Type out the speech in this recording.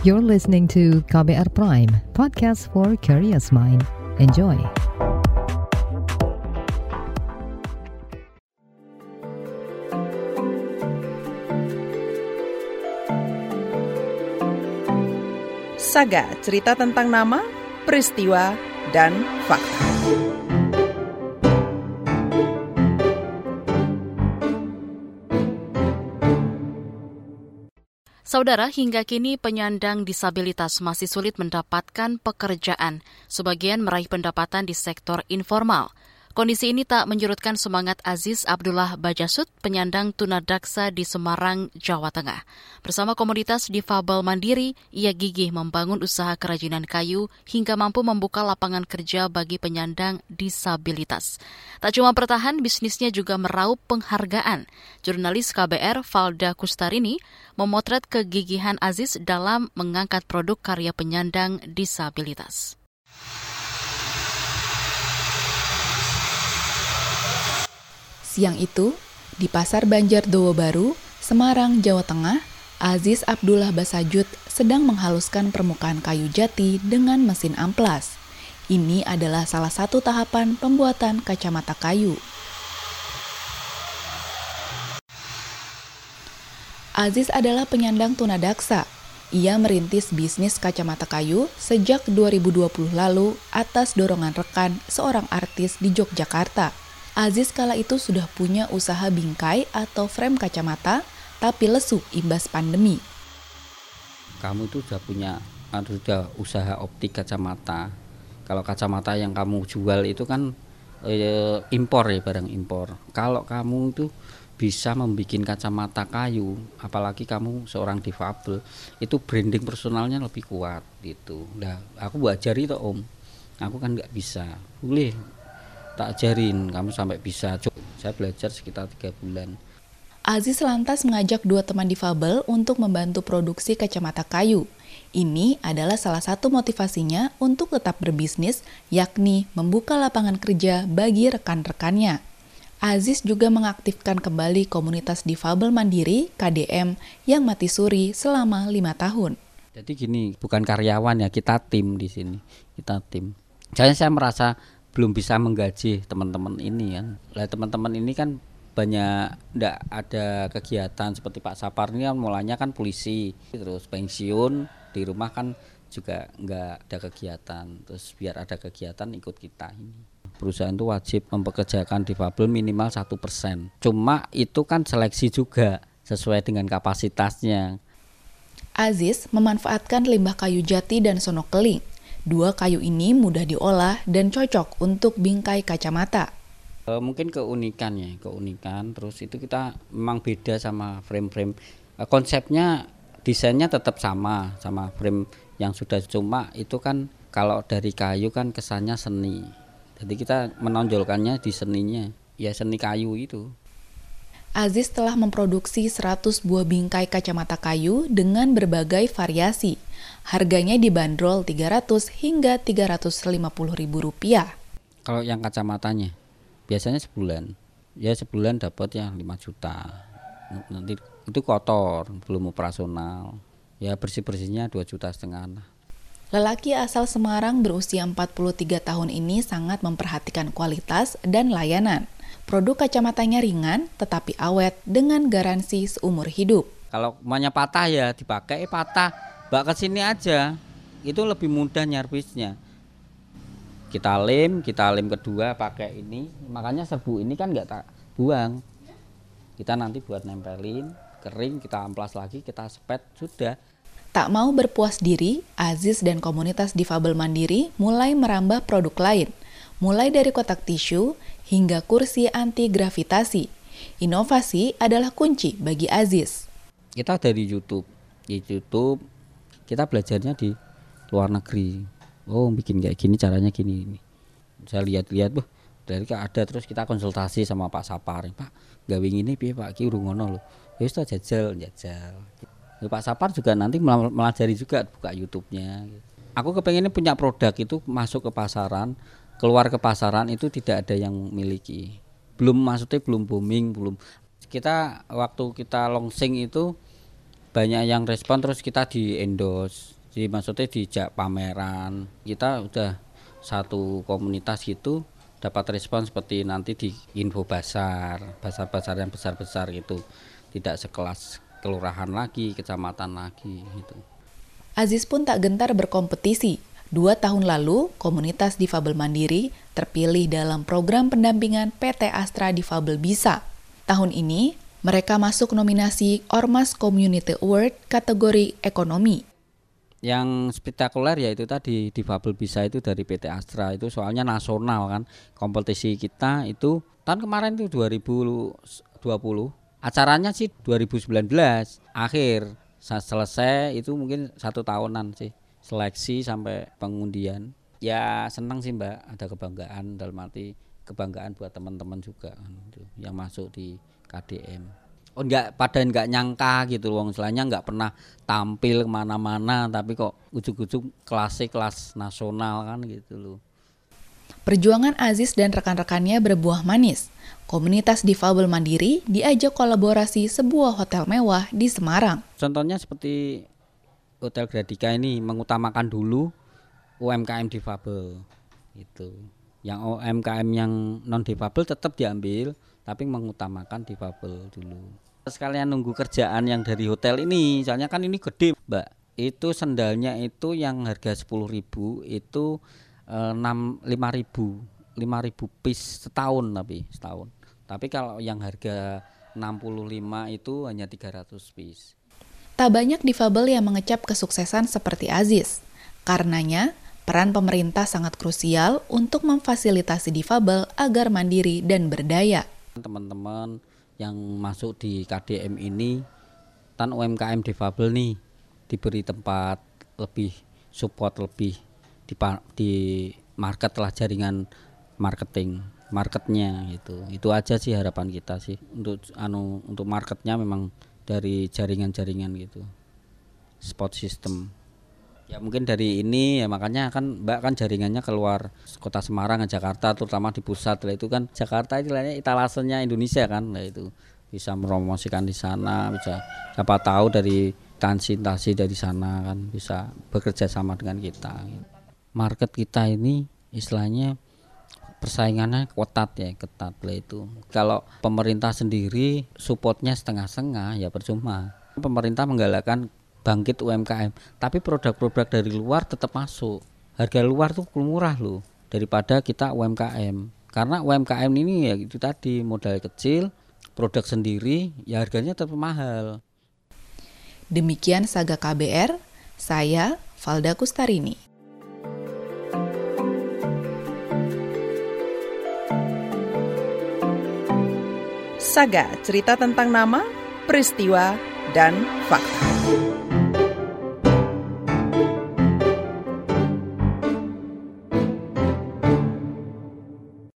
You're listening to KBR Prime, podcast for curious mind. Enjoy. Saga, cerita tentang nama, peristiwa, dan fakta. Saudara, hingga kini penyandang disabilitas masih sulit mendapatkan pekerjaan. Sebagian meraih pendapatan di sektor informal. Kondisi ini tak menyurutkan semangat Aziz Abdullah Bajasut, penyandang tunadaksa di Semarang, Jawa Tengah. Bersama komunitas difabel mandiri, ia gigih membangun usaha kerajinan kayu hingga mampu membuka lapangan kerja bagi penyandang disabilitas. Tak cuma bertahan, bisnisnya juga meraup penghargaan. Jurnalis KBR Valda Kustarini memotret kegigihan Aziz dalam mengangkat produk karya penyandang disabilitas. Siang itu, di Pasar Banjardowo Baru, Semarang, Jawa Tengah, Aziz Abdullah Bajasut sedang menghaluskan permukaan kayu jati dengan mesin amplas. Ini adalah salah satu tahapan pembuatan kacamata kayu. Aziz adalah penyandang tunadaksa. Ia merintis bisnis kacamata kayu sejak 2020 lalu atas dorongan rekan seorang artis di Yogyakarta. Aziz kala itu sudah punya usaha bingkai atau frame kacamata, tapi lesu imbas pandemi. Kamu itu sudah usaha optik kacamata. Kalau kacamata yang kamu jual itu kan impor ya, barang impor. Kalau kamu itu bisa membuat kacamata kayu, apalagi kamu seorang difabel, itu branding personalnya lebih kuat gitu. Nah, aku buat ajari toh Om. Aku kan nggak bisa. Boleh tak ajarin, kamu sampai bisa. Saya belajar sekitar 3 bulan. Aziz lantas mengajak 2 teman difabel untuk membantu produksi kacamata kayu. Ini adalah salah satu motivasinya untuk tetap berbisnis, yakni membuka lapangan kerja bagi rekan-rekannya. Aziz juga mengaktifkan kembali komunitas difabel mandiri KDM yang mati suri selama 5 tahun. Jadi gini, bukan karyawan ya, kita tim di sini. Kita tim. Saya merasa belum bisa menggaji teman-teman ini kan. Lah teman-teman ini kan banyak enggak ada kegiatan seperti Pak Sapar ini kan mulanya kan polisi, terus pensiun, di rumah kan juga enggak ada kegiatan. Terus biar ada kegiatan ikut kita ini. Perusahaan itu wajib mempekerjakan difabel minimal 1%. Cuma itu kan seleksi juga sesuai dengan kapasitasnya. Aziz memanfaatkan limbah kayu jati dan sono keling. 2 kayu ini mudah diolah dan cocok untuk bingkai kacamata. Mungkin keunikan, terus itu kita memang beda sama frame-frame. Konsepnya, desainnya tetap sama frame yang sudah, cuma itu kan kalau dari kayu kan kesannya seni. Jadi kita menonjolkannya di seninya, ya seni kayu itu. Aziz telah memproduksi 100 buah bingkai kacamata kayu dengan berbagai variasi. Harganya dibanderol 300 hingga 350 ribu rupiah. Kalau yang kacamatanya, biasanya sebulan. Ya sebulan dapat ya 5 juta. Nanti itu kotor, belum operasional. Ya bersih-bersihnya 2,5 juta. Lelaki asal Semarang berusia 43 tahun ini sangat memperhatikan kualitas dan layanan. Produk kacamatanya ringan tetapi awet dengan garansi seumur hidup. Kalau maunya patah ya dipakai patah, bawa ke sini aja. Itu lebih mudah nyervisnya. Kita lem kedua pakai ini. Makanya serbu ini kan enggak tak buang. Kita nanti buat nempelin, kering, kita amplas lagi, kita sepet, sudah. Tak mau berpuas diri, Aziz dan komunitas difabel mandiri mulai merambah produk lain. Mulai dari kotak tisu hingga kursi anti-gravitasi. Inovasi adalah kunci bagi Aziz. Kita dari YouTube. Di YouTube kita belajarnya di luar negeri. Oh, bikin kayak gini, caranya gini. Saya lihat-lihat, dari ada, terus kita konsultasi sama Pak Sapar. Pak, gawe ngene piye Pak, ki urung ngono lho. Ya wis jajal. Pak Sapar juga nanti melajari juga buka YouTube-nya. Aku kepengennya punya produk itu masuk ke pasaran, keluar ke pasaran itu tidak ada yang miliki. Maksudnya belum booming, Kita waktu kita launching itu banyak yang respon, terus kita di endorse. Jadi maksudnya dijak pameran. Kita udah satu komunitas gitu dapat respon seperti nanti di info pasar yang besar-besar gitu. Tidak sekelas kelurahan lagi, kecamatan lagi gitu. Aziz pun tak gentar berkompetisi. 2 tahun lalu, komunitas difabel mandiri terpilih dalam program pendampingan PT Astra Difabel Bisa. Tahun ini, mereka masuk nominasi Ormas Community Award kategori ekonomi. Yang spektakuler ya itu tadi Difabel Bisa itu dari PT Astra itu soalnya nasional kan. Kompetisi kita itu tahun kemarin itu 2020. Acaranya sih 2019 akhir. Selesai itu mungkin 1 tahunan sih. Seleksi sampai pengundian. Ya senang sih Mbak, ada kebanggaan dalam arti kebanggaan buat teman-teman juga yang masuk di KDM. Enggak nyangka gitu loh, istilahnya enggak pernah tampil kemana-mana tapi kok ujug-ujug kelas nasional kan gitu loh. Perjuangan Aziz dan rekan-rekannya berbuah manis. Komunitas difabel mandiri diajak kolaborasi sebuah hotel mewah di Semarang. Contohnya seperti Hotel Gradika ini mengutamakan dulu UMKM difabel gitu. Yang UMKM yang non difabel tetap diambil tapi mengutamakan difabel dulu. Sekalian nunggu kerjaan yang dari hotel ini, soalnya kan ini gede Mbak. Itu sendalnya itu yang harga 10.000 itu 5.000 piece setahun. Tapi kalau yang harga 65 itu hanya 300 piece. Tak banyak difabel yang mengecap kesuksesan seperti Aziz. Karenanya, peran pemerintah sangat krusial untuk memfasilitasi difabel agar mandiri dan berdaya. Teman-teman yang masuk di KDM ini kan UMKM difabel nih diberi tempat lebih, support lebih di market lah, jaringan marketnya gitu. Itu aja sih harapan kita sih untuk marketnya memang dari jaringan gitu, spot system. Ya mungkin dari ini ya makanya kan Mbak kan jaringannya keluar kota Semarang, Jakarta, terutama di pusat lah itu kan Jakarta itu etalasenya Indonesia kan, lah itu bisa promosikan di sana, bisa siapa tahu dari instansi dari sana kan bisa bekerja sama dengan kita. Market kita ini istilahnya persaingannya ketat lah itu. Kalau pemerintah sendiri supportnya setengah-setengah ya percuma. Pemerintah menggalakkan bangkit UMKM, tapi produk-produk dari luar tetap masuk. Harga luar tuh murah loh daripada kita UMKM. Karena UMKM ini ya itu tadi modal kecil, produk sendiri, ya harganya tetap mahal. Demikian Saga KBR, saya Valda Kustarini. Saga, cerita tentang nama, peristiwa, dan fakta.